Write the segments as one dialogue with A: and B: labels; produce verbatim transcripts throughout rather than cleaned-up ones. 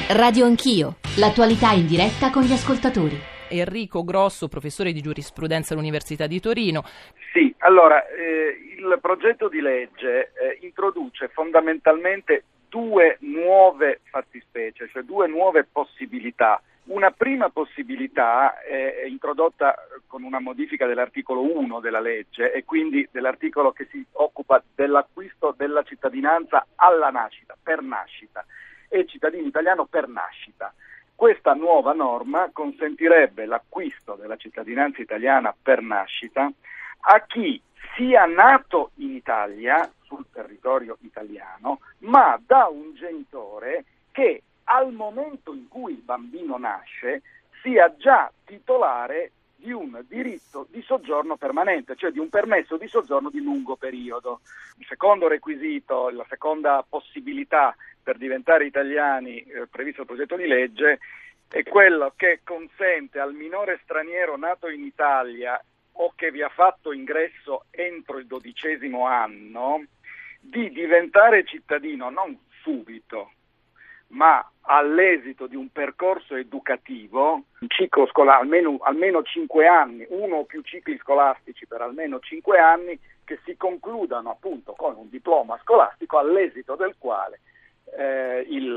A: Radio Anch'io, l'attualità in diretta con gli ascoltatori.
B: Enrico Grosso, professore di giurisprudenza all'Università di Torino.
C: Sì, allora, eh, il progetto di legge eh, introduce fondamentalmente due nuove fattispecie, cioè due nuove possibilità. Una prima possibilità è introdotta con una modifica dell'articolo uno della legge e quindi dell'articolo che si occupa dell'acquisto della cittadinanza alla nascita, per nascita, e cittadino italiano per nascita. Questa nuova norma consentirebbe l'acquisto della cittadinanza italiana per nascita a chi sia nato in Italia, sul territorio italiano, ma da un genitore che al momento in cui il bambino nasce sia già titolare di un diritto di soggiorno permanente, cioè di un permesso di soggiorno di lungo periodo. Il secondo requisito, la seconda possibilità per diventare italiani eh, previsto dal progetto di legge è quello che consente al minore straniero nato in Italia o che vi ha fatto ingresso entro il dodicesimo anno di diventare cittadino non subito, ma all'esito di un percorso educativo, un ciclo scolastico, almeno, almeno cinque anni, uno o più cicli scolastici per almeno cinque anni, che si concludano appunto con un diploma scolastico, all'esito del quale eh, il,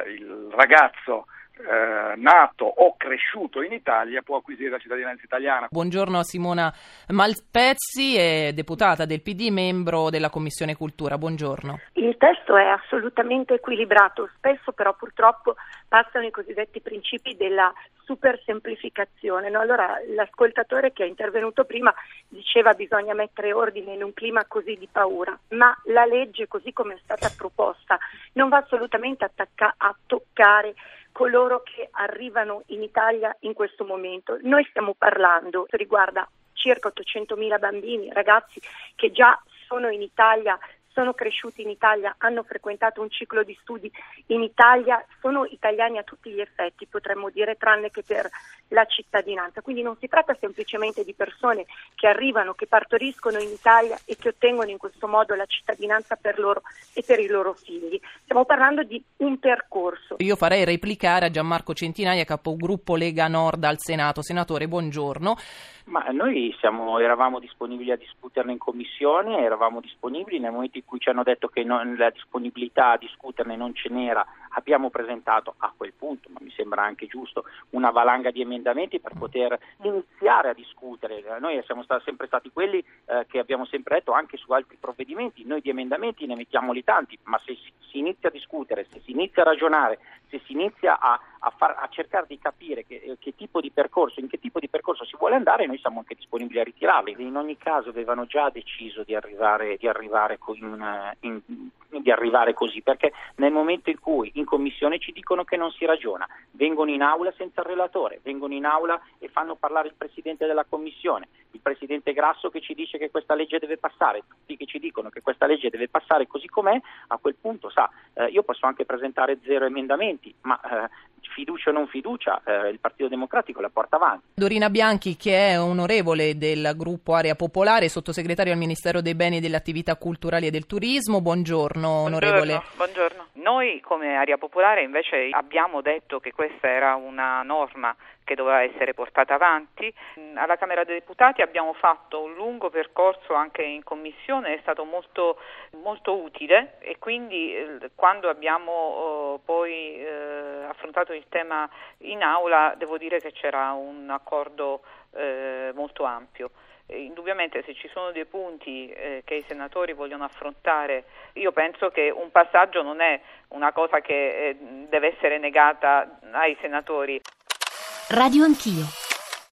C: il ragazzo Eh, nato o cresciuto in Italia può acquisire la cittadinanza italiana.
B: Buongiorno a Simona Malpezzi, è deputata del P D, membro della Commissione Cultura. Buongiorno.
D: Il testo è assolutamente equilibrato, spesso però purtroppo passano i cosiddetti principi della super semplificazione. No? Allora l'ascoltatore che è intervenuto prima diceva bisogna mettere ordine in un clima così di paura, ma la legge così come è stata proposta non va assolutamente attacca- a toccare coloro che arrivano in Italia in questo momento. Noi stiamo parlando, riguarda circa ottocentomila bambini, ragazzi che già sono in Italia, sono cresciuti in Italia, hanno frequentato un ciclo di studi in Italia, sono italiani a tutti gli effetti, potremmo dire, tranne che per la cittadinanza. Quindi non si tratta semplicemente di persone che arrivano, che partoriscono in Italia e che ottengono in questo modo la cittadinanza per loro e per i loro figli. Stiamo parlando di un percorso.
B: Io farei replicare a Gianmarco Centinaia, capogruppo Lega Nord al Senato. Senatore, buongiorno.
E: Ma noi siamo, eravamo disponibili a discuterne in commissione, eravamo disponibili nel momento in cui ci hanno detto che non, la disponibilità a discuterne non ce n'era, abbiamo presentato a quel punto, ma mi sembra anche giusto, una valanga di emendamenti per poter iniziare a discutere. Noi siamo stati, sempre stati quelli eh, che abbiamo sempre detto anche su altri provvedimenti, noi di emendamenti ne mettiamoli tanti, ma se si, si inizia a discutere, se si inizia a ragionare, se si inizia a, a, far, a cercare di capire che, che tipo di percorso, in che tipo di percorso si vuole andare, noi siamo anche disponibili a ritirarli. In ogni caso avevano già deciso di arrivare, di arrivare, in, in, di arrivare così, perché nel momento in cui in commissione ci dicono che non si ragiona, vengono in aula senza il relatore, vengono in aula e fanno parlare il presidente della commissione, il presidente Grasso che ci dice che questa legge deve passare, tutti che ci dicono che questa legge deve passare così com'è, a quel punto sa, eh, io posso anche presentare zero emendamenti, ma eh, fiducia o non fiducia, eh, il Partito Democratico la porta avanti.
B: Dorina Bianchi, che è onorevole del gruppo Area Popolare, sottosegretario al Ministero dei Beni e delle Attività Culturali e del Turismo. Buongiorno, onorevole.
F: Buongiorno, buongiorno. Noi come Area Popolare invece abbiamo detto che questa era una norma che doveva essere portata avanti. Alla Camera dei Deputati abbiamo fatto un lungo percorso anche in commissione, è stato molto, molto utile e quindi eh, quando abbiamo eh, poi eh, affrontato il tema in aula devo dire che c'era un accordo eh, molto ampio. Indubbiamente se ci sono dei punti eh, che i senatori vogliono affrontare, io penso che un passaggio non è una cosa che eh, deve essere negata ai senatori.
A: Radio Anch'io.